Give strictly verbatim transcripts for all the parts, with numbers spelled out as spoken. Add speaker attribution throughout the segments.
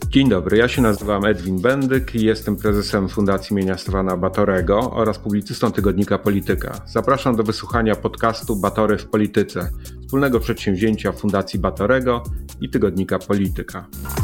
Speaker 1: Dzień dobry, ja się nazywam Edwin Bendyk i jestem prezesem Fundacji imienia Stefana Batorego oraz publicystą tygodnika Polityka. Zapraszam do wysłuchania podcastu Batory w Polityce, wspólnego przedsięwzięcia Fundacji Batorego i tygodnika Polityka.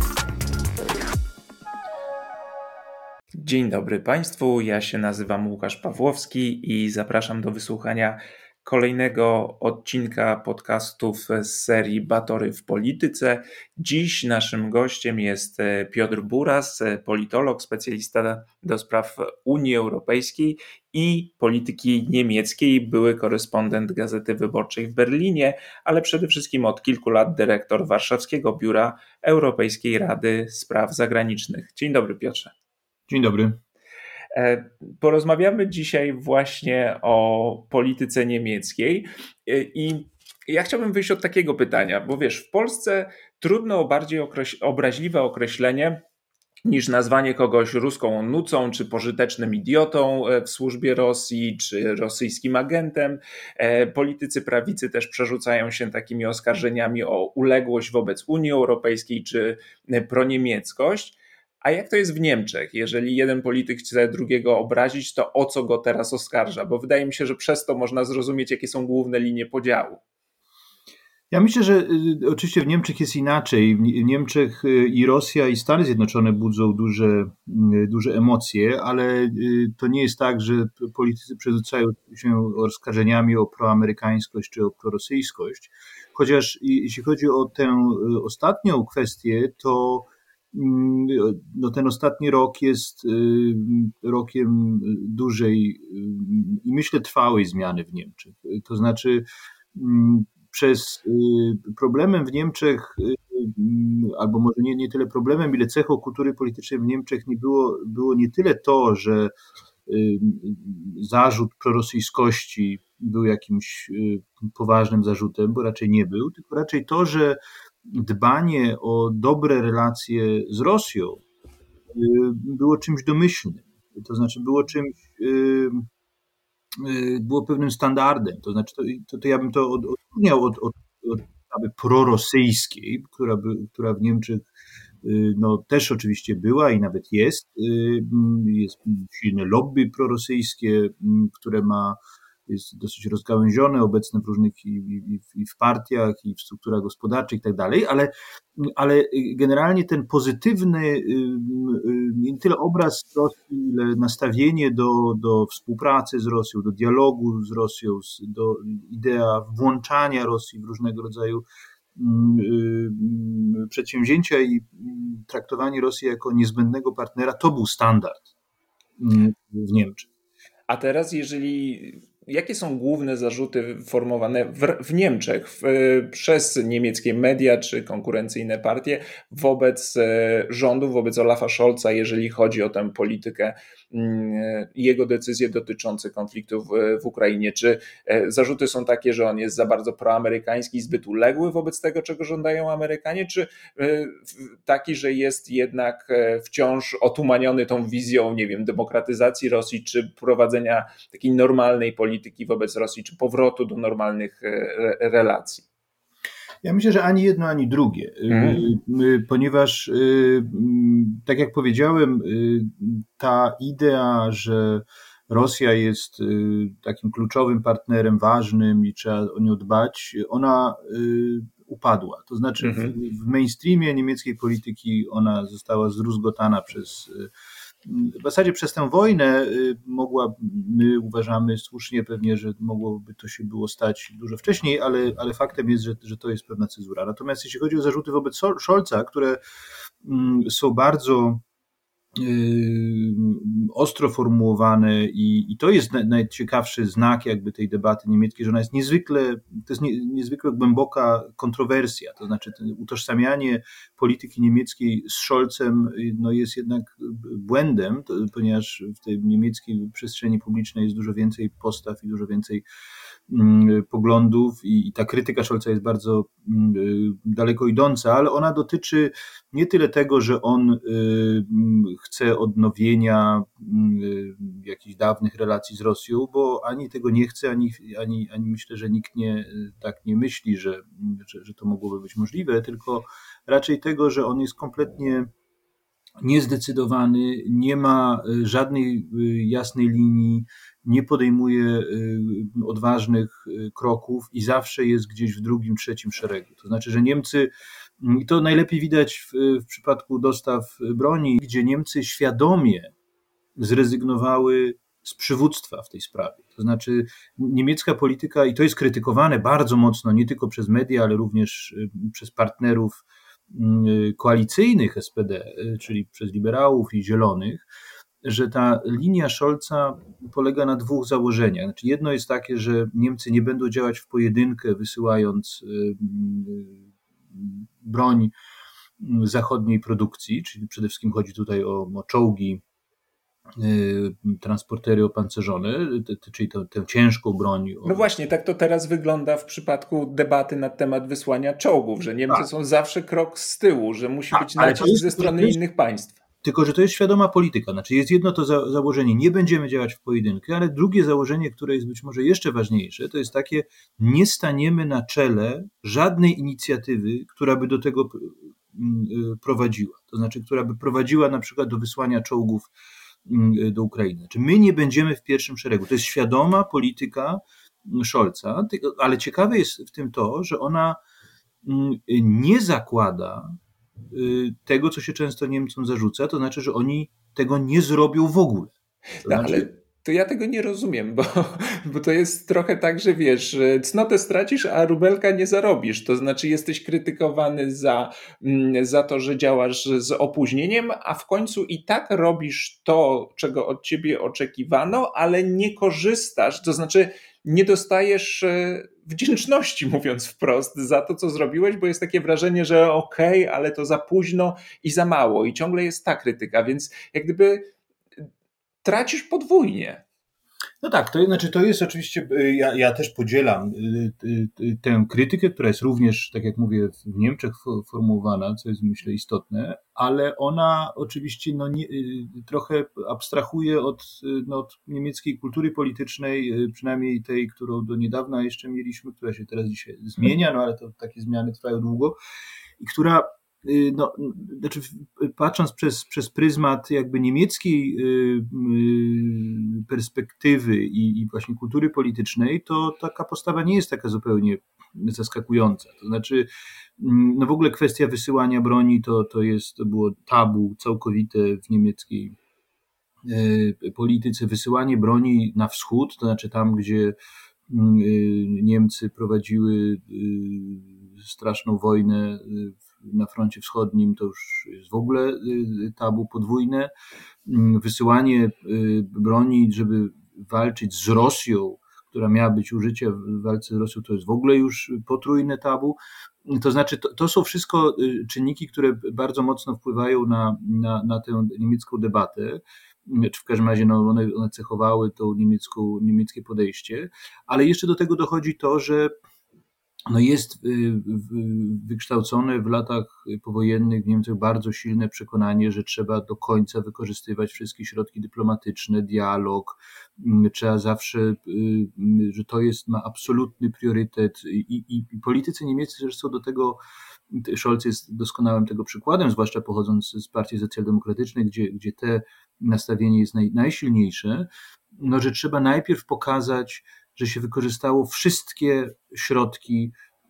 Speaker 2: Dzień dobry Państwu, ja się nazywam Łukasz Pawłowski i zapraszam do wysłuchania kolejnego odcinka podcastów z serii Batory w Polityce. Dziś naszym gościem jest Piotr Buras, politolog, specjalista do spraw Unii Europejskiej i polityki niemieckiej, były korespondent Gazety Wyborczej w Berlinie, ale przede wszystkim od kilku lat dyrektor Warszawskiego Biura Europejskiej Rady Spraw Zagranicznych. Dzień dobry, Piotrze.
Speaker 3: Dzień dobry.
Speaker 2: Porozmawiamy dzisiaj właśnie o polityce niemieckiej i ja chciałbym wyjść od takiego pytania, bo wiesz, w Polsce trudno o bardziej okreś- obraźliwe określenie niż nazwanie kogoś ruską nucą, czy pożytecznym idiotą w służbie Rosji, czy rosyjskim agentem. Politycy prawicy też przerzucają się takimi oskarżeniami o uległość wobec Unii Europejskiej, czy proniemieckość. A jak to jest w Niemczech? Jeżeli jeden polityk chce drugiego obrazić, to o co go teraz oskarża? Bo wydaje mi się, że przez to można zrozumieć, jakie są główne linie podziału.
Speaker 3: Ja myślę, że y, oczywiście w Niemczech jest inaczej. W Niemczech y, i Rosja, i Stany Zjednoczone budzą duże, y, duże emocje, ale y, to nie jest tak, że politycy przerzucają się oskarżeniami o proamerykańskość czy o prorosyjskość. Chociaż jeśli chodzi o tę y, ostatnią kwestię, to no ten ostatni rok jest rokiem dużej i myślę trwałej zmiany w Niemczech. To znaczy przez problemem w Niemczech, albo może nie, nie tyle problemem, ile cechą kultury politycznej w Niemczech nie było, było nie tyle to, że zarzut prorosyjskości był jakimś poważnym zarzutem, bo raczej nie był, tylko raczej to, że dbanie o dobre relacje z Rosją było czymś domyślnym. To znaczy było czymś, było pewnym standardem. To znaczy to, to, to ja bym to odróżniał od, od, od sprawy prorosyjskiej, która, by, która w Niemczech no, też oczywiście była i nawet jest. Jest silne lobby prorosyjskie, które ma jest dosyć rozgałęzione, obecne w różnych i, i, i w partiach, i w strukturach gospodarczych i tak dalej, ale, ale generalnie ten pozytywny nie tyle obraz Rosji, ile nastawienie do, do współpracy z Rosją, do dialogu z Rosją, do idea włączania Rosji w różnego rodzaju przedsięwzięcia i traktowanie Rosji jako niezbędnego partnera, to był standard w Niemczech.
Speaker 2: A teraz, jeżeli jakie są główne zarzuty formowane w, w Niemczech w, przez niemieckie media czy konkurencyjne partie wobec rządu, wobec Olafa Scholza, jeżeli chodzi o tę politykę i jego decyzje dotyczące konfliktu w, w Ukrainie? Czy zarzuty są takie, że on jest za bardzo proamerykański, zbyt uległy wobec tego, czego żądają Amerykanie, czy taki, że jest jednak wciąż otumaniony tą wizją, nie wiem, demokratyzacji Rosji, czy prowadzenia takiej normalnej polityki wobec Rosji, czy powrotu do normalnych relacji?
Speaker 3: Ja myślę, że ani jedno, ani drugie, mm. ponieważ tak jak powiedziałem, ta idea, że Rosja jest takim kluczowym partnerem, ważnym i trzeba o nią dbać, ona upadła. To znaczy mm-hmm. w mainstreamie niemieckiej polityki ona została zdruzgotana przez w zasadzie przez tę wojnę mogła, my uważamy słusznie pewnie, że mogłoby to się było stać dużo wcześniej, ale, ale faktem jest, że, że to jest pewna cezura. Natomiast jeśli chodzi o zarzuty wobec Scholza, które są bardzo ostro formułowane i, i to jest na, najciekawszy znak jakby tej debaty niemieckiej, że ona jest niezwykle, to jest nie, niezwykle głęboka kontrowersja, to znaczy utożsamianie polityki niemieckiej z Scholzem no jest jednak błędem, to, ponieważ w tej niemieckiej przestrzeni publicznej jest dużo więcej postaw i dużo więcej mm, poglądów i, i ta krytyka Scholza jest bardzo mm, daleko idąca, ale ona dotyczy nie tyle tego, że on y, chce odnowienia y, jakichś dawnych relacji z Rosją, bo ani tego nie chce, ani, ani, ani myślę, że nikt nie, tak nie myśli, że, że, że to mogłoby być możliwe, tylko raczej tego, że on jest kompletnie niezdecydowany, nie ma żadnej jasnej linii, nie podejmuje odważnych kroków i zawsze jest gdzieś w drugim, trzecim szeregu. To znaczy, że Niemcy, i to najlepiej widać w, w przypadku dostaw broni, gdzie Niemcy świadomie zrezygnowały z przywództwa w tej sprawie. To znaczy niemiecka polityka, i to jest krytykowane bardzo mocno, nie tylko przez media, ale również przez partnerów koalicyjnych S P D, czyli przez liberałów i zielonych, że ta linia Scholza polega na dwóch założeniach. Znaczy jedno jest takie, że Niemcy nie będą działać w pojedynkę, wysyłając broń zachodniej produkcji, czyli przede wszystkim chodzi tutaj o, o czołgi, transportery opancerzone, czyli tę, tę ciężką broń.
Speaker 2: No właśnie, tak to teraz wygląda w przypadku debaty na temat wysłania czołgów, że Niemcy tak. są zawsze krok z tyłu, że musi tak, być nacisk jest, ze strony jest, innych państw.
Speaker 3: Tylko, że to jest świadoma polityka. Znaczy jest jedno to za, założenie, nie będziemy działać w pojedynkę, ale drugie założenie, które jest być może jeszcze ważniejsze, to jest takie, nie staniemy na czele żadnej inicjatywy, która by do tego prowadziła. To znaczy, która by prowadziła na przykład do wysłania czołgów do Ukrainy. Czy my nie będziemy w pierwszym szeregu. To jest świadoma polityka Scholza, ale ciekawe jest w tym to, że ona nie zakłada tego, co się często Niemcom zarzuca, to znaczy, że oni tego nie zrobią w ogóle.
Speaker 2: To no, znaczy... ale to ja tego nie rozumiem, bo, bo to jest trochę tak, że wiesz, cnotę stracisz, a rubelka nie zarobisz. To znaczy jesteś krytykowany za, za to, że działasz z opóźnieniem, a w końcu i tak robisz to, czego od ciebie oczekiwano, ale nie korzystasz, to znaczy nie dostajesz wdzięczności, mówiąc wprost, za to, co zrobiłeś, bo jest takie wrażenie, że okej, okay, ale to za późno i za mało i ciągle jest ta krytyka, więc jak gdyby tracisz podwójnie.
Speaker 3: No tak, to znaczy to jest oczywiście, ja, ja też podzielam tę krytykę, która jest również, tak jak mówię, w Niemczech formułowana, co jest myślę istotne, ale ona oczywiście no, nie, trochę abstrahuje od, no, od niemieckiej kultury politycznej, przynajmniej tej, którą do niedawna jeszcze mieliśmy, która się teraz dzisiaj zmienia, no ale to takie zmiany trwają długo i która No, znaczy patrząc przez, przez pryzmat jakby niemieckiej perspektywy i, i właśnie kultury politycznej, to taka postawa nie jest taka zupełnie zaskakująca. To znaczy, no w ogóle kwestia wysyłania broni to, to jest, to było tabu całkowite w niemieckiej polityce. Wysyłanie broni na wschód, to znaczy tam, gdzie Niemcy prowadziły straszną wojnę na froncie wschodnim, to już jest w ogóle tabu podwójne. Wysyłanie broni, żeby walczyć z Rosją, która miała być użycia w walce z Rosją, to jest w ogóle już potrójne tabu. To znaczy, to, to są wszystko czynniki, które bardzo mocno wpływają na, na, na tę niemiecką debatę, czy w każdym razie no, one, one cechowały to niemiecką, niemieckie podejście, ale jeszcze do tego dochodzi to, że no jest wykształcone w latach powojennych w Niemczech bardzo silne przekonanie, że trzeba do końca wykorzystywać wszystkie środki dyplomatyczne, dialog, trzeba zawsze, że to jest, ma absolutny priorytet i, i, i politycy niemieccy zresztą do tego, Scholz jest doskonałym tego przykładem, zwłaszcza pochodząc z partii socjaldemokratycznej, gdzie, gdzie te nastawienie jest naj, najsilniejsze, no, że trzeba najpierw pokazać, że się wykorzystało wszystkie środki,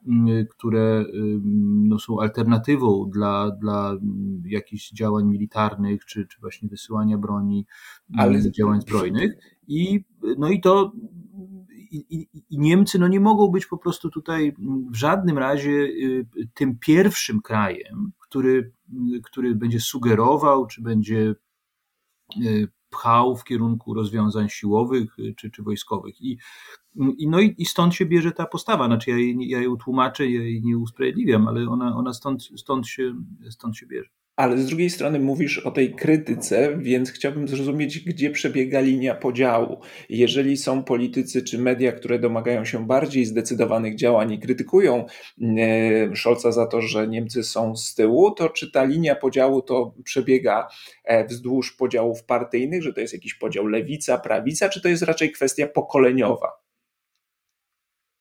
Speaker 3: które no, są alternatywą dla, dla jakichś działań militarnych, czy, czy właśnie wysyłania broni, ale działań zbrojnych. I, no i to i, i Niemcy no, nie mogą być po prostu tutaj w żadnym razie tym pierwszym krajem, który, który będzie sugerował, czy będzie pchał w kierunku rozwiązań siłowych czy, czy wojskowych. I, i, no i, i stąd się bierze ta postawa. Znaczy ja, jej, ja ją tłumaczę, ja jej nie usprawiedliwiam, ale ona, ona stąd, stąd, się, stąd się bierze.
Speaker 2: Ale z drugiej strony mówisz o tej krytyce, więc chciałbym zrozumieć, gdzie przebiega linia podziału. Jeżeli są politycy czy media, które domagają się bardziej zdecydowanych działań i krytykują Scholza za to, że Niemcy są z tyłu, to czy ta linia podziału to przebiega wzdłuż podziałów partyjnych, że to jest jakiś podział lewica, prawica, czy to jest raczej kwestia pokoleniowa?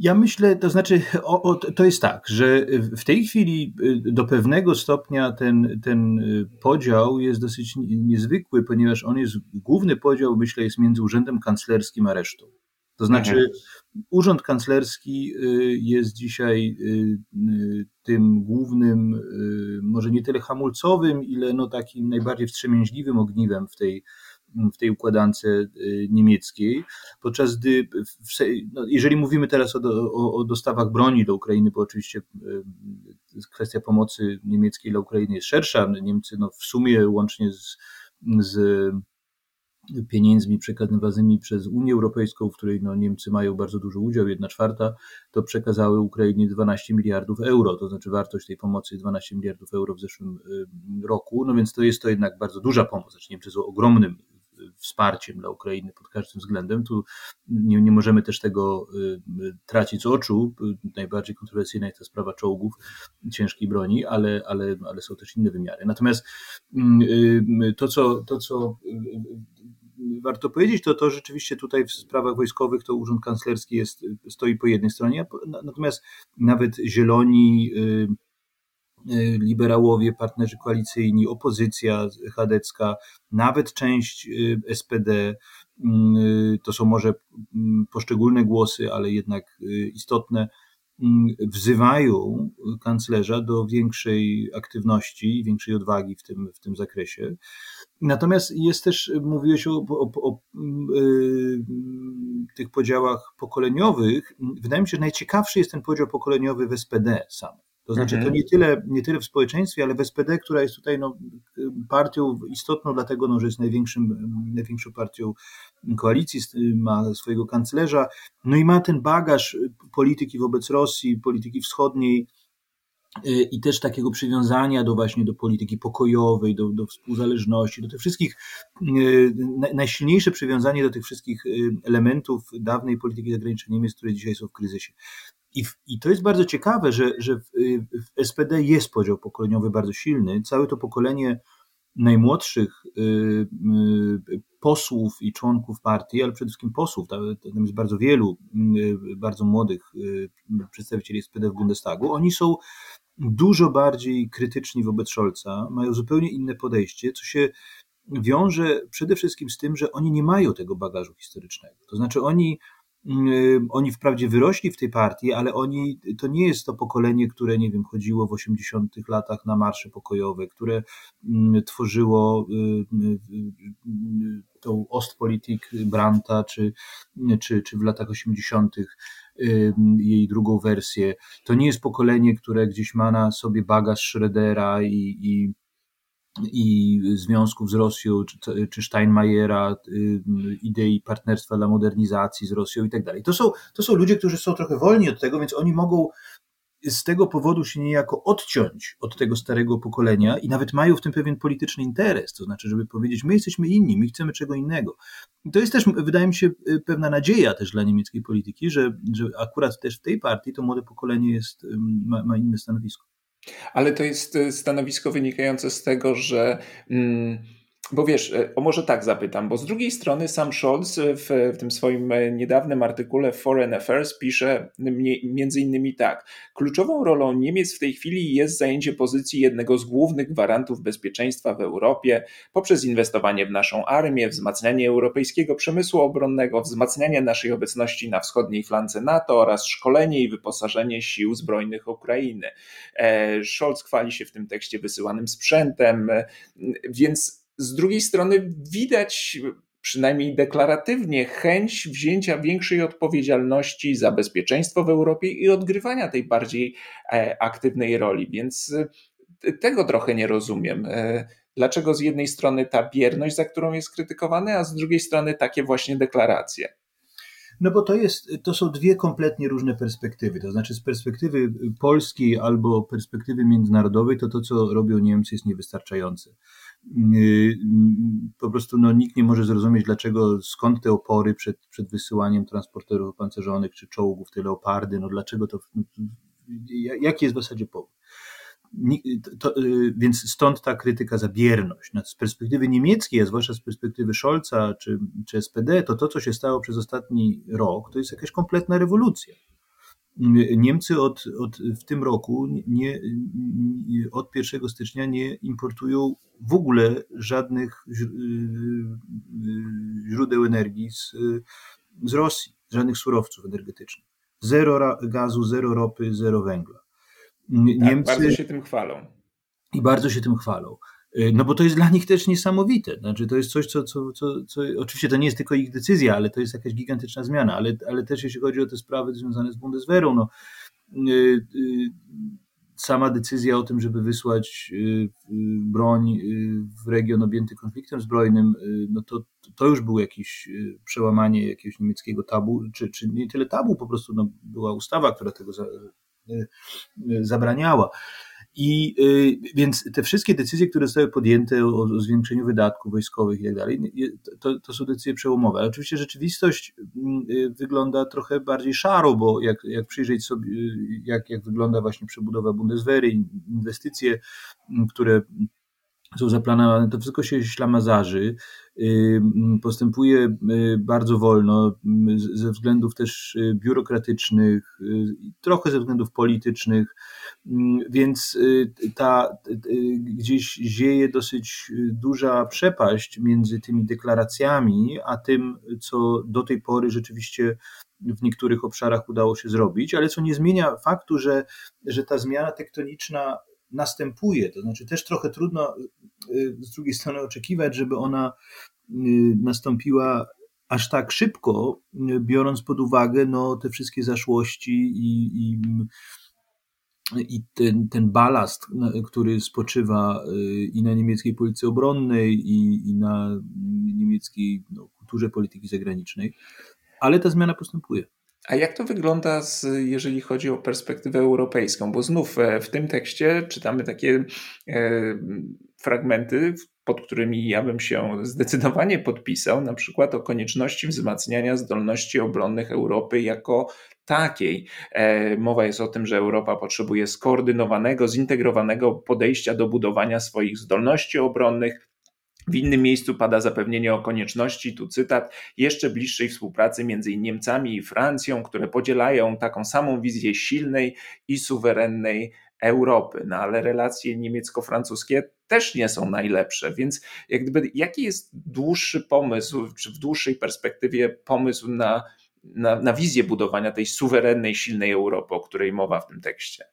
Speaker 3: Ja myślę, to znaczy, o, o, to jest tak, że w tej chwili do pewnego stopnia ten, ten podział jest dosyć niezwykły, ponieważ on jest, główny podział, myślę, jest między Urzędem Kanclerskim a resztą. To znaczy, mhm. Urząd Kanclerski jest dzisiaj tym głównym, może nie tyle hamulcowym, ile no takim najbardziej wstrzemięźliwym ogniwem w tej w tej układance niemieckiej, podczas gdy, w, no jeżeli mówimy teraz o, o, o dostawach broni do Ukrainy, bo oczywiście kwestia pomocy niemieckiej dla Ukrainy jest szersza, Niemcy no w sumie łącznie z, z pieniędzmi przekazywanymi przez Unię Europejską, w której no Niemcy mają bardzo duży udział, jedna czwarta, to przekazały Ukrainie dwanaście miliardów euro, to znaczy wartość tej pomocy jest dwanaście miliardów euro w zeszłym roku, no więc to jest to jednak bardzo duża pomoc, znaczy Niemcy są ogromnym wsparciem dla Ukrainy pod każdym względem. Tu nie, nie możemy też tego y, tracić z oczu. Najbardziej kontrowersyjna jest ta sprawa czołgów, ciężkiej broni, ale, ale, ale są też inne wymiary. Natomiast y, to, co, to, co y, warto powiedzieć, to to rzeczywiście tutaj w sprawach wojskowych to Urząd Kanclerski jest, stoi po jednej stronie, natomiast nawet Zieloni, y, liberałowie, partnerzy koalicyjni, opozycja chadecka, nawet część S P D, to są może poszczególne głosy, ale jednak istotne, wzywają kanclerza do większej aktywności i większej odwagi w tym, w tym zakresie. Natomiast jest też, mówiłeś o, o, o, o tych podziałach pokoleniowych. Wydaje mi się, że najciekawszy jest ten podział pokoleniowy w S P D sam. To znaczy to nie tyle, nie tyle w społeczeństwie, ale w S P D, która jest tutaj no, partią istotną dlatego, no, że jest największym, największą partią koalicji, ma swojego kanclerza, no i ma ten bagaż polityki wobec Rosji, polityki wschodniej i też takiego przywiązania do właśnie do polityki pokojowej, do, do współzależności, do tych wszystkich, najsilniejsze przywiązanie do tych wszystkich elementów dawnej polityki zagranicznej Niemiec, które dzisiaj są w kryzysie. I, w, I to jest bardzo ciekawe, że, że w, w S P D jest podział pokoleniowy bardzo silny. Całe to pokolenie najmłodszych y, y, posłów i członków partii, ale przede wszystkim posłów, tam jest bardzo wielu y, bardzo młodych y, przedstawicieli S P D w Bundestagu, oni są dużo bardziej krytyczni wobec Scholza, mają zupełnie inne podejście, co się wiąże przede wszystkim z tym, że oni nie mają tego bagażu historycznego. To znaczy oni Oni wprawdzie wyrośli w tej partii, ale oni, to nie jest to pokolenie, które, nie wiem, chodziło w osiemdziesiątych latach na marsze pokojowe, które tworzyło tą Ostpolitik Brandta, czy, czy, czy w latach osiemdziesiątych jej drugą wersję. To nie jest pokolenie, które gdzieś ma na sobie bagaż Schrödera i, i i związków z Rosją, czy, czy Steinmeiera, idei partnerstwa dla modernizacji z Rosją i tak dalej. To są, to są ludzie, którzy są trochę wolni od tego, więc oni mogą z tego powodu się niejako odciąć od tego starego pokolenia i nawet mają w tym pewien polityczny interes, to znaczy, żeby powiedzieć, my jesteśmy inni, my chcemy czego innego. I to jest też, wydaje mi się, pewna nadzieja też dla niemieckiej polityki, że, że akurat też w tej partii to młode pokolenie jest, ma, ma inne stanowisko.
Speaker 2: Ale to jest stanowisko wynikające z tego, że... Mm, bo wiesz, o może tak zapytam, bo z drugiej strony sam Scholz w, w tym swoim niedawnym artykule w Foreign Affairs pisze między innymi tak. Kluczową rolą Niemiec w tej chwili jest zajęcie pozycji jednego z głównych gwarantów bezpieczeństwa w Europie poprzez inwestowanie w naszą armię, wzmacnianie europejskiego przemysłu obronnego, wzmacnianie naszej obecności na wschodniej flance NATO oraz szkolenie i wyposażenie sił zbrojnych Ukrainy. Scholz chwali się w tym tekście wysyłanym sprzętem, więc z drugiej strony widać przynajmniej deklaratywnie chęć wzięcia większej odpowiedzialności za bezpieczeństwo w Europie i odgrywania tej bardziej aktywnej roli, więc tego trochę nie rozumiem. Dlaczego z jednej strony ta bierność, za którą jest krytykowany, a z drugiej strony takie właśnie deklaracje?
Speaker 3: No bo to jest, to są dwie kompletnie różne perspektywy, to znaczy z perspektywy polskiej albo perspektywy międzynarodowej to to, co robią Niemcy, jest niewystarczające. Po prostu no, nikt nie może zrozumieć, dlaczego, skąd te opory przed, przed wysyłaniem transporterów opancerzonych czy czołgów, te leopardy, no dlaczego to, no, jaki jest w zasadzie powód? To, więc stąd ta krytyka za bierność. Z perspektywy niemieckiej, a zwłaszcza z perspektywy Scholza czy, czy S P D, to to, co się stało przez ostatni rok, to jest jakaś kompletna rewolucja. Niemcy od, od, w tym roku nie, od pierwszego stycznia nie importują w ogóle żadnych źródeł energii z, z Rosji, żadnych surowców energetycznych. Zero gazu, zero ropy, zero węgla.
Speaker 2: Tak, bardzo się tym chwalą.
Speaker 3: I bardzo się tym chwalą. No bo to jest dla nich też niesamowite. Znaczy, to jest coś, co, co, co, co oczywiście to nie jest tylko ich decyzja, ale to jest jakaś gigantyczna zmiana, ale, ale też jeśli chodzi o te sprawy związane z Bundeswehrą, no, yy, yy, sama decyzja o tym, żeby wysłać yy, broń yy, w region objęty konfliktem zbrojnym, yy, no to, to już było jakieś yy, przełamanie jakiegoś niemieckiego tabu, czy, czy nie tyle tabu, po prostu no, była ustawa, która tego za, yy, yy, zabraniała. I y, więc te wszystkie decyzje, które zostały podjęte o, o zwiększeniu wydatków wojskowych i tak dalej, to, to są decyzje przełomowe. Ale oczywiście rzeczywistość y, wygląda trochę bardziej szaro, bo jak, jak przyjrzeć sobie, jak, jak wygląda właśnie przebudowa Bundeswehry, inwestycje, które są zaplanowane, to wszystko się ślamazarzy, postępuje bardzo wolno ze względów też biurokratycznych, trochę ze względów politycznych, więc ta gdzieś zieje dosyć duża przepaść między tymi deklaracjami, a tym, co do tej pory rzeczywiście w niektórych obszarach udało się zrobić, ale co nie zmienia faktu, że, że ta zmiana tektoniczna następuje, to znaczy też trochę trudno z drugiej strony oczekiwać, żeby ona nastąpiła aż tak szybko, biorąc pod uwagę no, te wszystkie zaszłości i, i, i ten, ten balast, który spoczywa i na niemieckiej polityce obronnej, i, i na niemieckiej no, kulturze polityki zagranicznej, ale ta zmiana postępuje.
Speaker 2: A jak to wygląda, z, jeżeli chodzi o perspektywę europejską? Bo znów w tym tekście czytamy takie e, fragmenty, pod którymi ja bym się zdecydowanie podpisał, na przykład o konieczności wzmacniania zdolności obronnych Europy jako takiej. E, mowa jest o tym, że Europa potrzebuje skoordynowanego, zintegrowanego podejścia do budowania swoich zdolności obronnych. W innym miejscu pada zapewnienie o konieczności, tu cytat, jeszcze bliższej współpracy między Niemcami i Francją, które podzielają taką samą wizję silnej i suwerennej Europy. No ale relacje niemiecko-francuskie też nie są najlepsze, więc jak gdyby, jaki jest dłuższy pomysł, czy w dłuższej perspektywie pomysł na, na, na wizję budowania tej suwerennej, silnej Europy, o której mowa w tym tekście?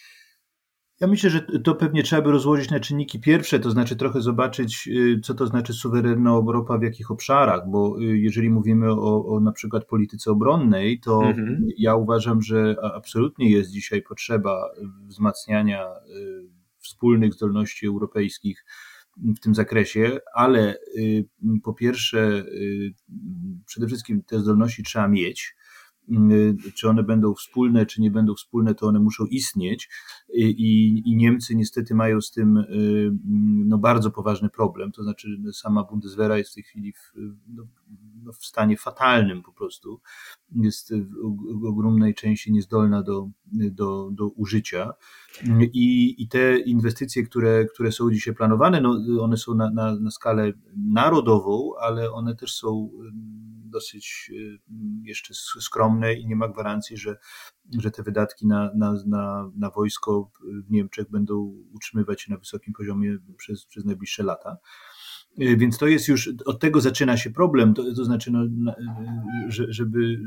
Speaker 3: Ja myślę, że to pewnie trzeba by rozłożyć na czynniki pierwsze, to znaczy trochę zobaczyć, co to znaczy suwerenna Europa w jakich obszarach, bo jeżeli mówimy o, o na przykład polityce obronnej, to mhm. ja uważam, że absolutnie jest dzisiaj potrzeba wzmacniania wspólnych zdolności europejskich w tym zakresie, ale po pierwsze przede wszystkim te zdolności trzeba mieć. Czy one będą wspólne, czy nie będą wspólne, to one muszą istnieć i, i Niemcy niestety mają z tym no, bardzo poważny problem, to znaczy sama Bundeswehra jest w tej chwili w, no, w stanie fatalnym po prostu, jest w ogromnej części niezdolna do, do, do użycia i, i te inwestycje, które, które są dzisiaj planowane, no, one są na, na, na skalę narodową, ale one też są dosyć jeszcze skromne i nie ma gwarancji, że, że te wydatki na, na, na, na wojsko w Niemczech będą utrzymywać się na wysokim poziomie przez, przez najbliższe lata. Więc to jest już, od tego zaczyna się problem, to, to znaczy, no, że, żeby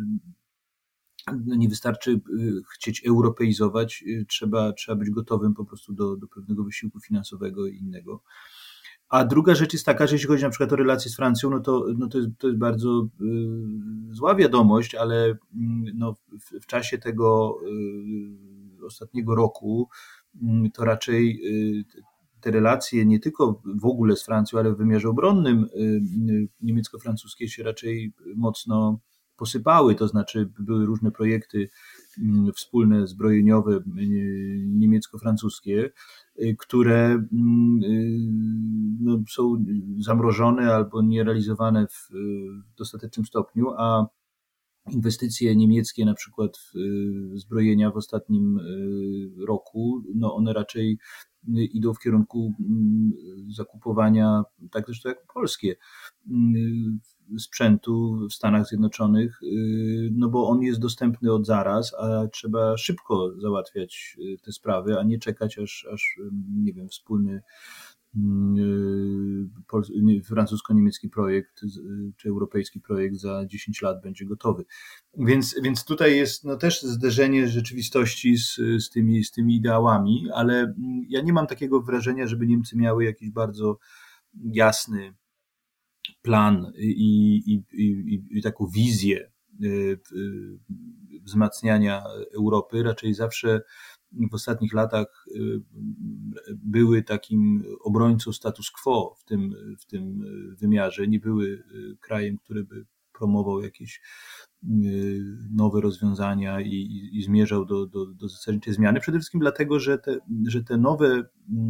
Speaker 3: nie wystarczy chcieć europeizować, trzeba, trzeba być gotowym po prostu do, do pewnego wysiłku finansowego i innego. A druga rzecz jest taka, że jeśli chodzi na przykład o relacje z Francją, no to, no to, jest, to jest bardzo y, zła wiadomość, ale y, no, w, w czasie tego y, ostatniego roku y, to raczej y, te relacje nie tylko w ogóle z Francją, ale w wymiarze obronnym y, y, niemiecko-francuskie się raczej mocno posypały, to znaczy były różne projekty y, wspólne zbrojeniowe y, niemiecko-francuskie, które no, są zamrożone albo nierealizowane w dostatecznym stopniu, a inwestycje niemieckie na przykład w zbrojenia w ostatnim roku, no one raczej idą w kierunku zakupowania tak zresztą jak polskie sprzętu w Stanach Zjednoczonych, no bo on jest dostępny od zaraz, a trzeba szybko załatwiać te sprawy, a nie czekać aż, aż nie wiem, wspólny francusko-niemiecki projekt czy europejski projekt za dziesięć lat będzie gotowy. Więc, więc tutaj jest no też zderzenie rzeczywistości z, z, tymi, z tymi ideałami, ale ja nie mam takiego wrażenia, żeby Niemcy miały jakiś bardzo jasny plan i, i, i, i taką wizję wzmacniania Europy. Raczej zawsze w ostatnich latach były takim obrońcą status quo w tym, w tym wymiarze. Nie były krajem, który by promował jakieś nowe rozwiązania i, i, i zmierzał do, do, do zasadniczej zmiany. Przede wszystkim dlatego, że te, że te nowe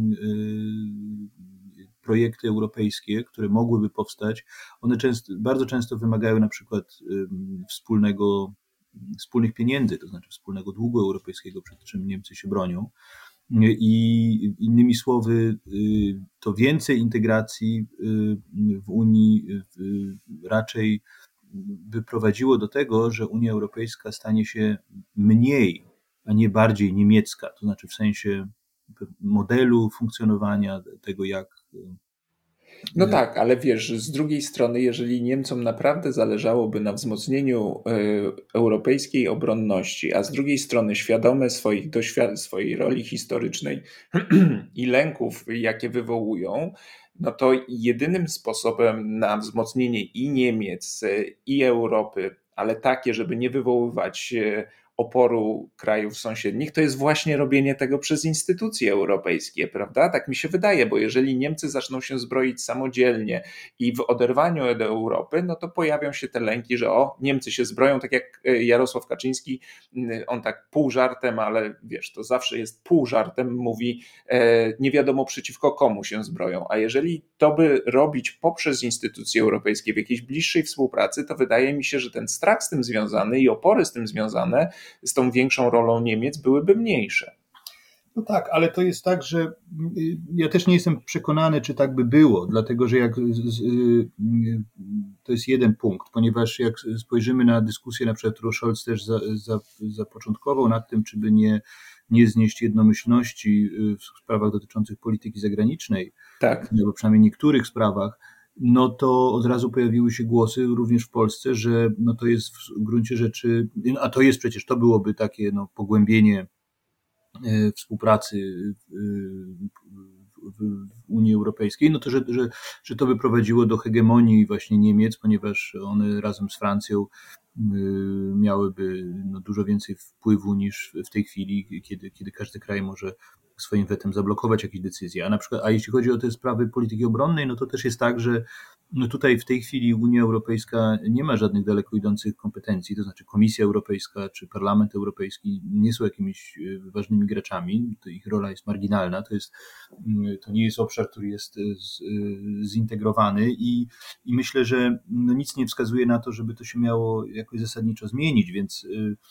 Speaker 3: projekty europejskie, które mogłyby powstać, one często, bardzo często wymagają na przykład wspólnego, wspólnych pieniędzy, to znaczy wspólnego długu europejskiego, przed czym Niemcy się bronią. I innymi słowy, to więcej integracji w Unii raczej by prowadziło do tego, że Unia Europejska stanie się mniej, a nie bardziej niemiecka, to znaczy w sensie modelu funkcjonowania, tego jak...
Speaker 2: No tak, ale wiesz, z drugiej strony, jeżeli Niemcom naprawdę zależałoby na wzmocnieniu y, europejskiej obronności, a z drugiej strony świadome swoich doświad- swojej roli historycznej i lęków, jakie wywołują, no to jedynym sposobem na wzmocnienie i Niemiec, i Europy, ale takie, żeby nie wywoływać oporu krajów sąsiednich, to jest właśnie robienie tego przez instytucje europejskie, prawda? Tak mi się wydaje, bo jeżeli Niemcy zaczną się zbroić samodzielnie i w oderwaniu od Europy, no to pojawią się te lęki, że o, Niemcy się zbroją, tak jak Jarosław Kaczyński, on tak pół żartem, ale wiesz, to zawsze jest pół żartem, mówi e, nie wiadomo przeciwko komu się zbroją, a jeżeli to by robić poprzez instytucje europejskie w jakiejś bliższej współpracy, to wydaje mi się, że ten strach z tym związany i opory z tym związane z tą większą rolą Niemiec byłyby mniejsze.
Speaker 3: No tak, ale to jest tak, że ja też nie jestem przekonany, czy tak by było, dlatego że jak to jest jeden punkt, ponieważ jak spojrzymy na dyskusję, na przykład którą Scholz też za, za, zapoczątkował nad tym, czy by nie, nie znieść jednomyślności w sprawach dotyczących polityki zagranicznej,
Speaker 2: tak,
Speaker 3: albo przynajmniej niektórych sprawach, no to od razu pojawiły się głosy również w Polsce, że no to jest w gruncie rzeczy, a to jest przecież, to byłoby takie no, pogłębienie współpracy w Unii Europejskiej, no to że, że, że to by prowadziło do hegemonii właśnie Niemiec, ponieważ one razem z Francją miałyby no, dużo więcej wpływu niż w tej chwili, kiedy, kiedy każdy kraj może swoim wetem zablokować jakieś decyzje. A na przykład, a jeśli chodzi o te sprawy polityki obronnej, no to też jest tak, że no tutaj w tej chwili Unia Europejska nie ma żadnych daleko idących kompetencji, to znaczy Komisja Europejska czy Parlament Europejski nie są jakimiś ważnymi graczami, to ich rola jest marginalna, to, jest, to nie jest obszar, który jest z, zintegrowany i, i myślę, że no nic nie wskazuje na to, żeby to się miało jakoś zasadniczo zmienić, więc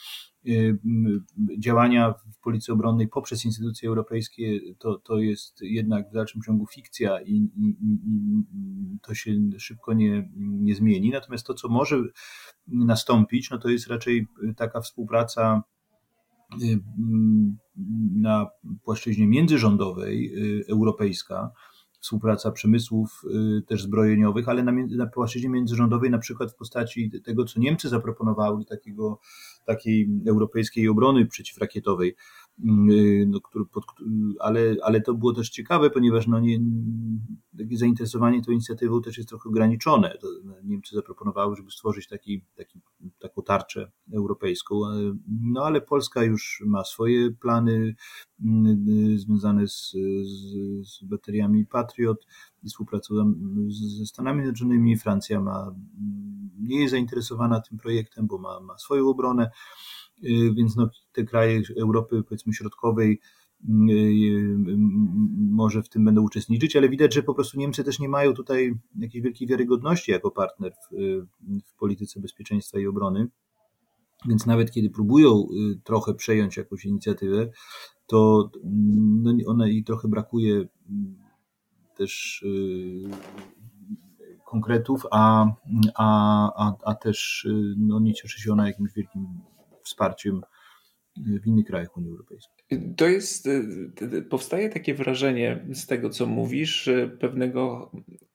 Speaker 3: działania w polityce obronnej poprzez instytucje europejskie to, to jest jednak w dalszym ciągu fikcja i, i, i to się szybko nie, nie zmieni. Natomiast to, co może nastąpić, no to jest raczej taka współpraca na płaszczyźnie międzyrządowej, europejska, współpraca przemysłów też zbrojeniowych, ale na, na płaszczyźnie międzyrządowej na przykład w postaci tego, co Niemcy zaproponowały, takiego, takiej europejskiej obrony przeciwrakietowej, no, który, pod, ale, ale to było też ciekawe, ponieważ no, nie, takie zainteresowanie tą inicjatywą też jest trochę ograniczone. To Niemcy zaproponowały, żeby stworzyć taki, taki, taką tarczę europejską, no ale Polska już ma swoje plany związane z, z, z bateriami Patriot i współpracą ze Stanami Zjednoczonymi. Francja ma, nie jest zainteresowana tym projektem, bo ma, ma swoją obronę, więc no, te kraje Europy, powiedzmy środkowej, może w tym będą uczestniczyć, ale widać, że po prostu Niemcy też nie mają tutaj jakiejś wielkiej wiarygodności jako partner w, w polityce bezpieczeństwa i obrony. Więc nawet kiedy próbują trochę przejąć jakąś inicjatywę, to no, ona i trochę brakuje też konkretów, a, a, a, a też no, nie cieszy się ona jakimś wielkim wsparciem w innych krajach Unii Europejskiej.
Speaker 2: To jest, powstaje takie wrażenie z tego, co mówisz, pewnego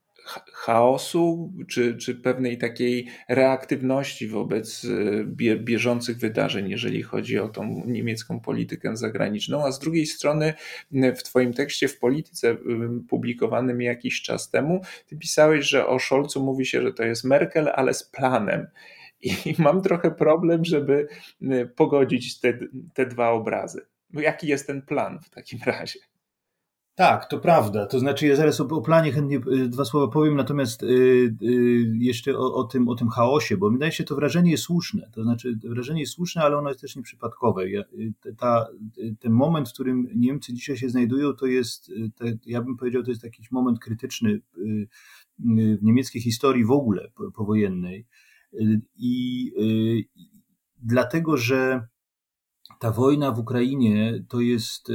Speaker 2: chaosu, czy, czy pewnej takiej reaktywności wobec bieżących wydarzeń, jeżeli chodzi o tą niemiecką politykę zagraniczną, a z drugiej strony w twoim tekście w Polityce publikowanym jakiś czas temu, ty pisałeś, że o Scholzu mówi się, że to jest Merkel, ale z planem. I mam trochę problem, żeby pogodzić te, te dwa obrazy. Jaki jest ten plan w takim razie?
Speaker 3: Tak, to prawda. To znaczy ja zaraz o, o planie chętnie dwa słowa powiem, natomiast y, y, jeszcze o, o, tym, o tym chaosie, bo wydaje się to wrażenie jest słuszne. To znaczy to wrażenie jest słuszne, ale ono jest też nieprzypadkowe. Ja, ta, ten moment, w którym Niemcy dzisiaj się znajdują, to jest, te, ja bym powiedział, to jest jakiś moment krytyczny y, y, w niemieckiej historii w ogóle powojennej. Y, I y, dlatego, że ta wojna w Ukrainie to jest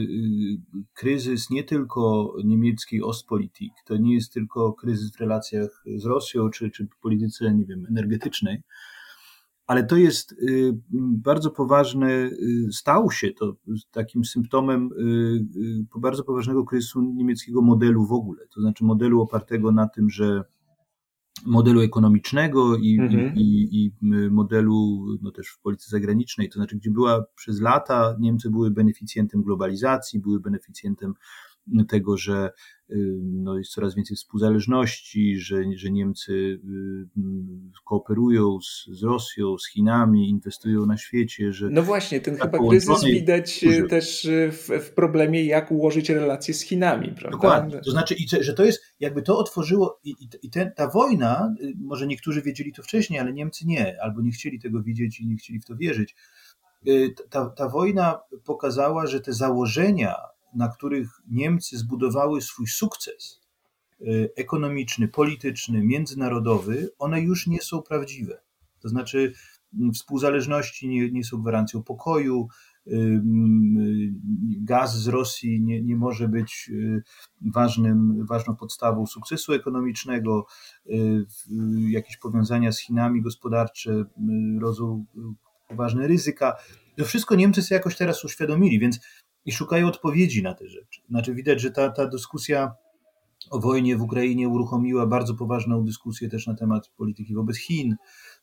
Speaker 3: kryzys nie tylko niemieckiej Ostpolitik, to nie jest tylko kryzys w relacjach z Rosją czy, czy w polityce, nie wiem, energetycznej, ale to jest bardzo poważny, stał się to takim symptomem bardzo poważnego kryzysu niemieckiego modelu w ogóle, to znaczy modelu opartego na tym, że modelu ekonomicznego i, mhm. i, i, i modelu no też w polityce zagranicznej, to znaczy gdzie była przez lata, Niemcy były beneficjentem globalizacji, były beneficjentem tego, że no, jest coraz więcej współzależności, że, że Niemcy kooperują z, z Rosją, z Chinami, inwestują na świecie. Że
Speaker 2: no właśnie, ten chyba kryzys widać duży. też w, w problemie, jak ułożyć relacje z Chinami, prawda?
Speaker 3: Dokładnie, to znaczy, że to jest, jakby to otworzyło i, i ten, ta wojna, może niektórzy wiedzieli to wcześniej, ale Niemcy nie, albo nie chcieli tego widzieć i nie chcieli w to wierzyć. Ta, ta wojna pokazała, że te założenia, na których Niemcy zbudowały swój sukces ekonomiczny, polityczny, międzynarodowy, one już nie są prawdziwe. To znaczy współzależności nie, nie są gwarancją pokoju, gaz z Rosji nie, nie może być ważnym, ważną podstawą sukcesu ekonomicznego, jakieś powiązania z Chinami gospodarcze rodzą poważne ryzyka. To wszystko Niemcy sobie jakoś teraz uświadomili, więc i szukają odpowiedzi na te rzeczy. Znaczy widać, że ta, ta dyskusja o wojnie w Ukrainie uruchomiła bardzo poważną dyskusję też na temat polityki wobec Chin.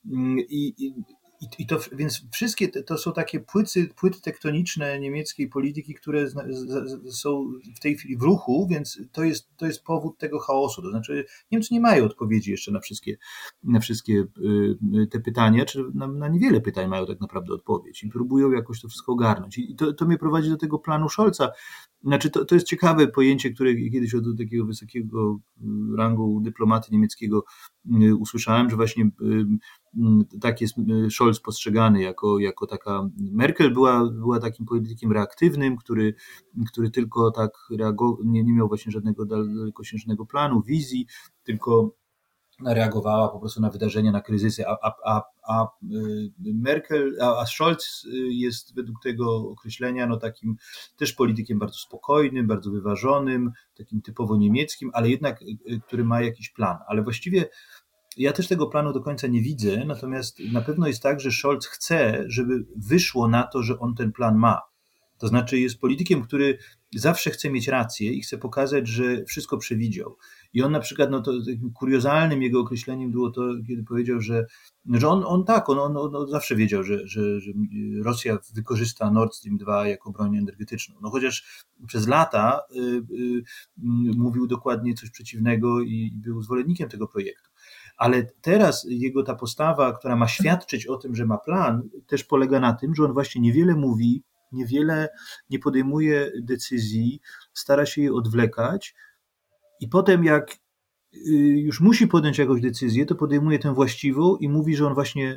Speaker 3: I, i, i to, więc wszystkie te, to są takie płyty, płyty tektoniczne niemieckiej polityki, które z, z, są w tej chwili w ruchu, więc to jest, to jest powód tego chaosu. To znaczy Niemcy nie mają odpowiedzi jeszcze na wszystkie, na wszystkie te pytania, czy na, na niewiele pytań mają tak naprawdę odpowiedź i próbują jakoś to wszystko ogarnąć. I to, to mnie prowadzi do tego planu Scholza. Znaczy to, to jest ciekawe pojęcie, które kiedyś od takiego wysokiego rangu dyplomaty niemieckiego usłyszałem, że właśnie tak jest Scholz postrzegany jako, jako taka... Merkel była, była takim politykiem reaktywnym, który, który tylko tak reagował, nie, nie miał właśnie żadnego dalekosiężnego planu, wizji, tylko reagowała po prostu na wydarzenia, na kryzysy, a, a, a, a Merkel, a, a Scholz jest według tego określenia no takim też politykiem bardzo spokojnym, bardzo wyważonym, takim typowo niemieckim, ale jednak, który ma jakiś plan. Ale właściwie ja też tego planu do końca nie widzę, natomiast na pewno jest tak, że Scholz chce, żeby wyszło na to, że on ten plan ma. To znaczy jest politykiem, który zawsze chce mieć rację i chce pokazać, że wszystko przewidział. I on na przykład, no to takim kuriozalnym jego określeniem było to, kiedy powiedział, że, że on, on tak, on, on, on zawsze wiedział, że, że, że Rosja wykorzysta Nord Stream dwa jako broń energetyczną. No chociaż przez lata y, y, mówił dokładnie coś przeciwnego i był zwolennikiem tego projektu. Ale teraz jego ta postawa, która ma świadczyć o tym, że ma plan, też polega na tym, że on właśnie niewiele mówi, niewiele nie podejmuje decyzji, stara się je odwlekać i potem jak już musi podjąć jakąś decyzję, to podejmuje tę właściwą i mówi, że on właśnie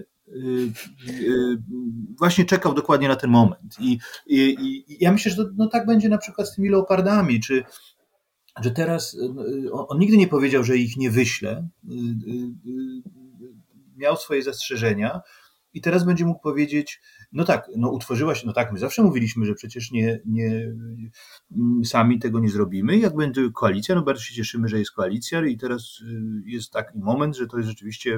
Speaker 3: właśnie czekał dokładnie na ten moment. I, i, i ja myślę, że to, no tak będzie na przykład z tymi leopardami, czy że teraz on, on nigdy nie powiedział, że ich nie wyśle, miał swoje zastrzeżenia i teraz będzie mógł powiedzieć, No tak, no utworzyła się, no tak, my zawsze mówiliśmy, że przecież nie, nie sami tego nie zrobimy. Jak będzie koalicja, no bardzo się cieszymy, że jest koalicja i teraz jest taki moment, że to jest rzeczywiście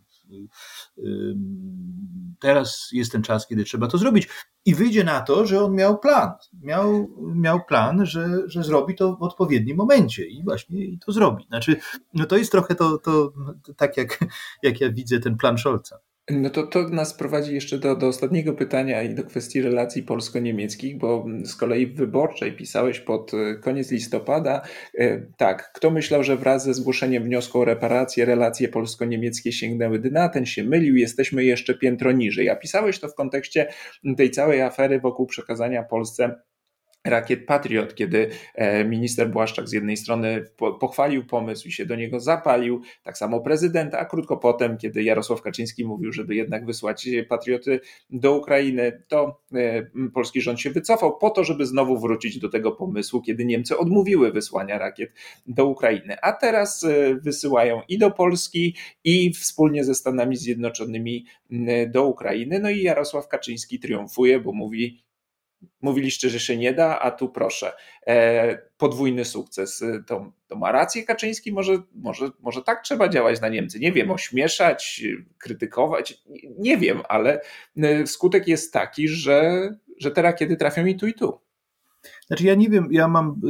Speaker 3: teraz jest ten czas, kiedy trzeba to zrobić. I wyjdzie na to, że on miał plan. Miał, miał plan, że, że zrobi to w odpowiednim momencie i właśnie i to zrobi. Znaczy, no to jest trochę to, to, to tak, jak, jak ja widzę ten plan Scholza.
Speaker 2: No to, to nas prowadzi jeszcze do, do ostatniego pytania i do kwestii relacji polsko-niemieckich, bo z kolei w Wyborczej pisałeś pod koniec listopada, e, tak, kto myślał, że wraz ze zgłoszeniem wniosku o reparacje relacje polsko-niemieckie sięgnęły dna, ten się mylił, jesteśmy jeszcze piętro niżej. A pisałeś to w kontekście tej całej afery wokół przekazania Polsce rakiet Patriot, kiedy minister Błaszczak z jednej strony pochwalił pomysł i się do niego zapalił, tak samo prezydent, a krótko potem, kiedy Jarosław Kaczyński mówił, żeby jednak wysłać Patrioty do Ukrainy, to polski rząd się wycofał po to, żeby znowu wrócić do tego pomysłu, kiedy Niemcy odmówiły wysłania rakiet do Ukrainy, a teraz wysyłają i do Polski, i wspólnie ze Stanami Zjednoczonymi do Ukrainy. No i Jarosław Kaczyński triumfuje, bo mówi: mówiliście, że się nie da, a tu proszę, e, podwójny sukces. To, to ma rację Kaczyński? Może, może, może tak trzeba działać na Niemcy? Nie wiem, ośmieszać, krytykować, nie, nie wiem, ale skutek jest taki, że, że te rakiety trafią i tu, i tu.
Speaker 3: Znaczy ja nie wiem, ja mam y,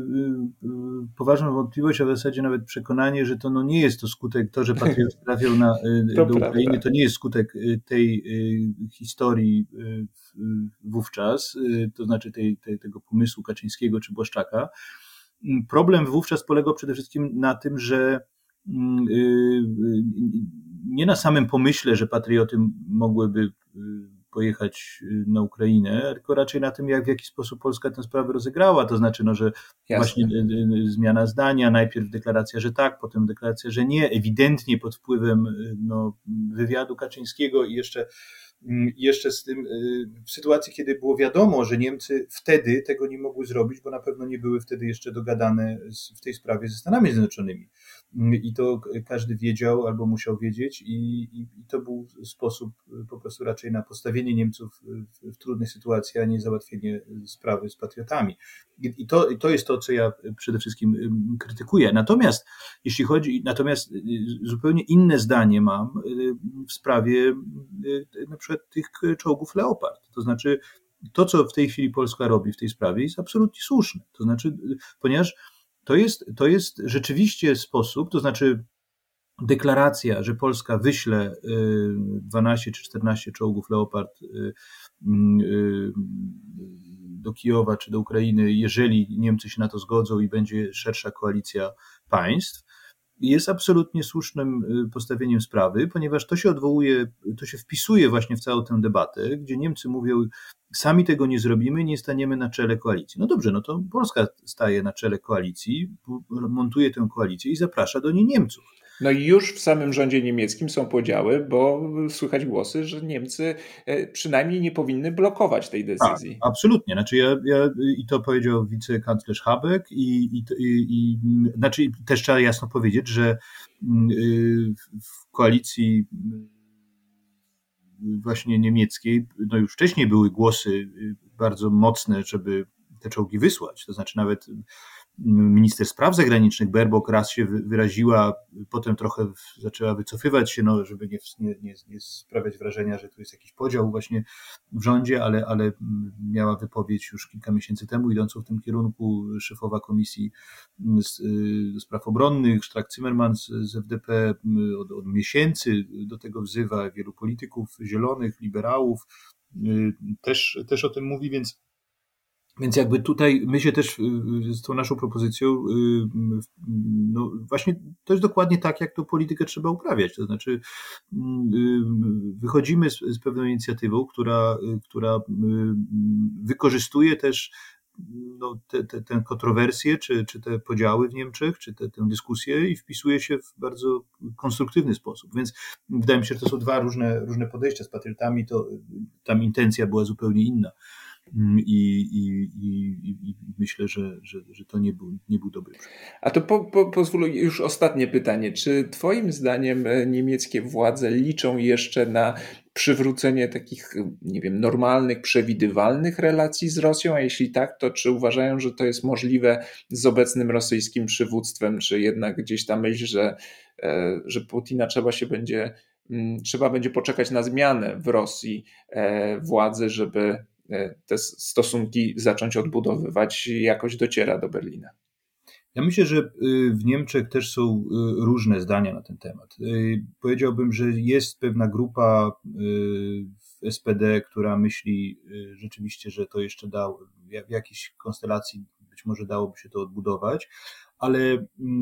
Speaker 3: y, y, poważną wątpliwość, a w zasadzie nawet przekonanie, że to no nie jest to skutek, to, że Patriot trafił na, y, do
Speaker 2: prawda.
Speaker 3: Ukrainy, to nie jest skutek tej y, historii y, wówczas, y, to znaczy tej, tej, tego pomysłu Kaczyńskiego czy Błaszczaka. Problem wówczas polegał przede wszystkim na tym, że y, y, nie na samym pomyśle, że patrioty mogłyby y, pojechać na Ukrainę, tylko raczej na tym, jak w jaki sposób Polska tę sprawę rozegrała. To znaczy, no, że Jasne. właśnie zmiana zdania, najpierw deklaracja, że tak, potem deklaracja, że nie, ewidentnie pod wpływem no, wywiadu Kaczyńskiego i jeszcze, jeszcze z tym, w sytuacji, kiedy było wiadomo, że Niemcy wtedy tego nie mogły zrobić, bo na pewno nie były wtedy jeszcze dogadane w tej sprawie ze Stanami Zjednoczonymi. I to każdy wiedział albo musiał wiedzieć i, i, i to był sposób po prostu raczej na postawienie Niemców w, w trudnej sytuacji, a nie załatwienie sprawy z patriotami. I, i, to, i to jest to, co ja przede wszystkim krytykuję. Natomiast jeśli chodzi, natomiast zupełnie inne zdanie mam w sprawie na przykład tych czołgów Leopard. To znaczy to, co w tej chwili Polska robi w tej sprawie, jest absolutnie słuszne. To znaczy, ponieważ To jest, to jest rzeczywiście sposób, to znaczy deklaracja, że Polska wyśle dwanaście czy czternaście czołgów Leopard do Kijowa czy do Ukrainy, jeżeli Niemcy się na to zgodzą i będzie szersza koalicja państw, jest absolutnie słusznym postawieniem sprawy, ponieważ to się odwołuje, to się wpisuje właśnie w całą tę debatę, gdzie Niemcy mówią, sami tego nie zrobimy, nie staniemy na czele koalicji. No dobrze, no to Polska staje na czele koalicji, montuje tę koalicję i zaprasza do niej Niemców.
Speaker 2: No i już w samym rządzie niemieckim są podziały, bo słychać głosy, że Niemcy przynajmniej nie powinny blokować tej decyzji.
Speaker 3: Tak, absolutnie. Znaczy ja, ja, i to powiedział wicekanclerz Habeck i, i, i, i znaczy też trzeba jasno powiedzieć, że w koalicji właśnie niemieckiej, no już wcześniej były głosy bardzo mocne, żeby te czołgi wysłać. To znaczy nawet minister spraw zagranicznych Baerbock raz się wyraziła, potem trochę zaczęła wycofywać się, no, żeby nie, nie, nie sprawiać wrażenia, że tu jest jakiś podział właśnie w rządzie, ale, ale miała wypowiedź już kilka miesięcy temu idącą w tym kierunku. Szefowa Komisji do Spraw Obronnych, Strack-Zimmermann z, z F D P od, od miesięcy do tego wzywa, wielu polityków zielonych, liberałów też, też o tym mówi, więc Więc jakby tutaj my się też z tą naszą propozycją, no właśnie to jest dokładnie tak, jak tą politykę trzeba uprawiać. To znaczy wychodzimy z, z pewną inicjatywą, która, która wykorzystuje też no, te, te, tę kontrowersję, czy, czy te podziały w Niemczech, czy te, tę dyskusję i wpisuje się w bardzo konstruktywny sposób. Więc wydaje mi się, że to są dwa różne, różne podejścia. Z patriotami to tam intencja była zupełnie inna. I, i, i, i myślę, że, że, że to nie był, nie był dobry przykład.
Speaker 2: A to po, po, pozwól już ostatnie pytanie. Czy twoim zdaniem niemieckie władze liczą jeszcze na przywrócenie takich, nie wiem, normalnych, przewidywalnych relacji z Rosją? A jeśli tak, to czy uważają, że to jest możliwe z obecnym rosyjskim przywództwem? Czy jednak gdzieś ta myśl, że, że Putina trzeba się będzie, trzeba będzie poczekać na zmianę w Rosji władzy, żeby te stosunki zacząć odbudowywać, jakoś dociera do Berlina?
Speaker 3: Ja myślę, że w Niemczech też są różne zdania na ten temat. Powiedziałbym, że jest pewna grupa w S P D, która myśli rzeczywiście, że to jeszcze dało, w jakiejś konstelacji być może dałoby się to odbudować, ale,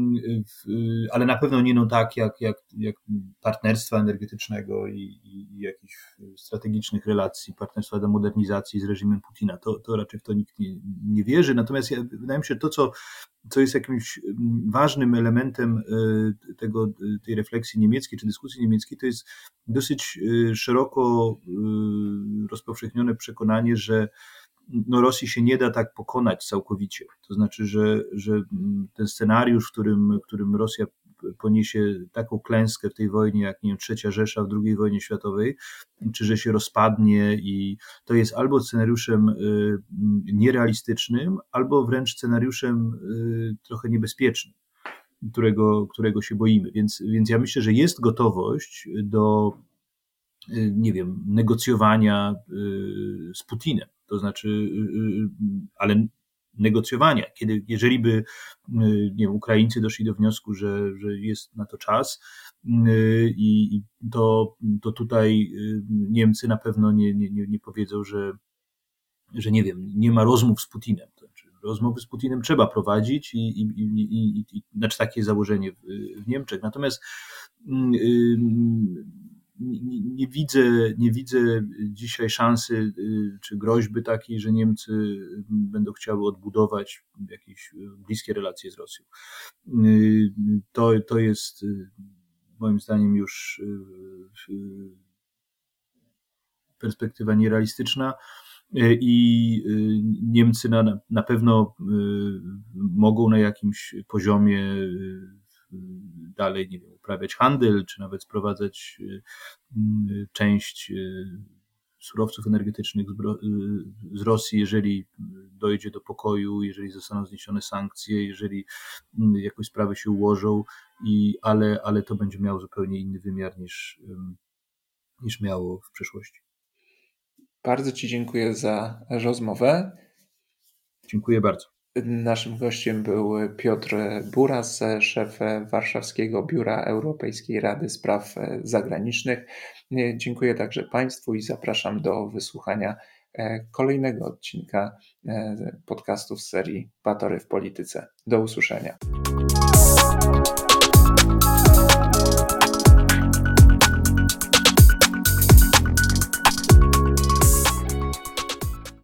Speaker 3: ale na pewno nie no tak jak, jak, jak partnerstwa energetycznego i, i, i jakichś strategicznych relacji, partnerstwa do modernizacji z reżimem Putina. To, to raczej w to nikt nie, nie wierzy. Natomiast ja, wydaje mi się, że to, co, co jest jakimś ważnym elementem tego, tej refleksji niemieckiej czy dyskusji niemieckiej, to jest dosyć szeroko rozpowszechnione przekonanie, że no Rosji się nie da tak pokonać całkowicie. To znaczy, że, że ten scenariusz, w którym, w którym Rosja poniesie taką klęskę w tej wojnie, jak nie wiem, trzecia Rzesza w drugiej wojnie światowej, czy że się rozpadnie, i to jest albo scenariuszem nierealistycznym, albo wręcz scenariuszem trochę niebezpiecznym, którego, którego się boimy. Więc, więc ja myślę, że jest gotowość do, nie wiem, negocjowania z Putinem. To znaczy, ale negocjowania, kiedy, jeżeli by, nie wiem, Ukraińcy doszli do wniosku, że, że jest na to czas, i to, to tutaj Niemcy na pewno nie, nie, nie powiedzą, że, że nie wiem, nie ma rozmów z Putinem. To znaczy, rozmowy z Putinem trzeba prowadzić i, i, i, i, i znaczy takie założenie w, w Niemczech. Natomiast yy, Nie, nie, widzę, nie widzę dzisiaj szansy czy groźby takiej, że Niemcy będą chciały odbudować jakieś bliskie relacje z Rosją. To, to jest moim zdaniem już perspektywa nierealistyczna i Niemcy na, na pewno mogą na jakimś poziomie dalej, nie wiem, uprawiać handel, czy nawet sprowadzać część surowców energetycznych z Rosji, jeżeli dojdzie do pokoju, jeżeli zostaną zniesione sankcje, jeżeli jakoś sprawy się ułożą, i, ale, ale to będzie miało zupełnie inny wymiar niż, niż miało w przeszłości.
Speaker 2: Bardzo Ci dziękuję za rozmowę.
Speaker 3: Dziękuję bardzo.
Speaker 2: Naszym gościem był Piotr Buras, szef Warszawskiego Biura Europejskiej Rady Spraw Zagranicznych. Dziękuję także Państwu i zapraszam do wysłuchania kolejnego odcinka podcastu z serii Batory w Polityce. Do usłyszenia.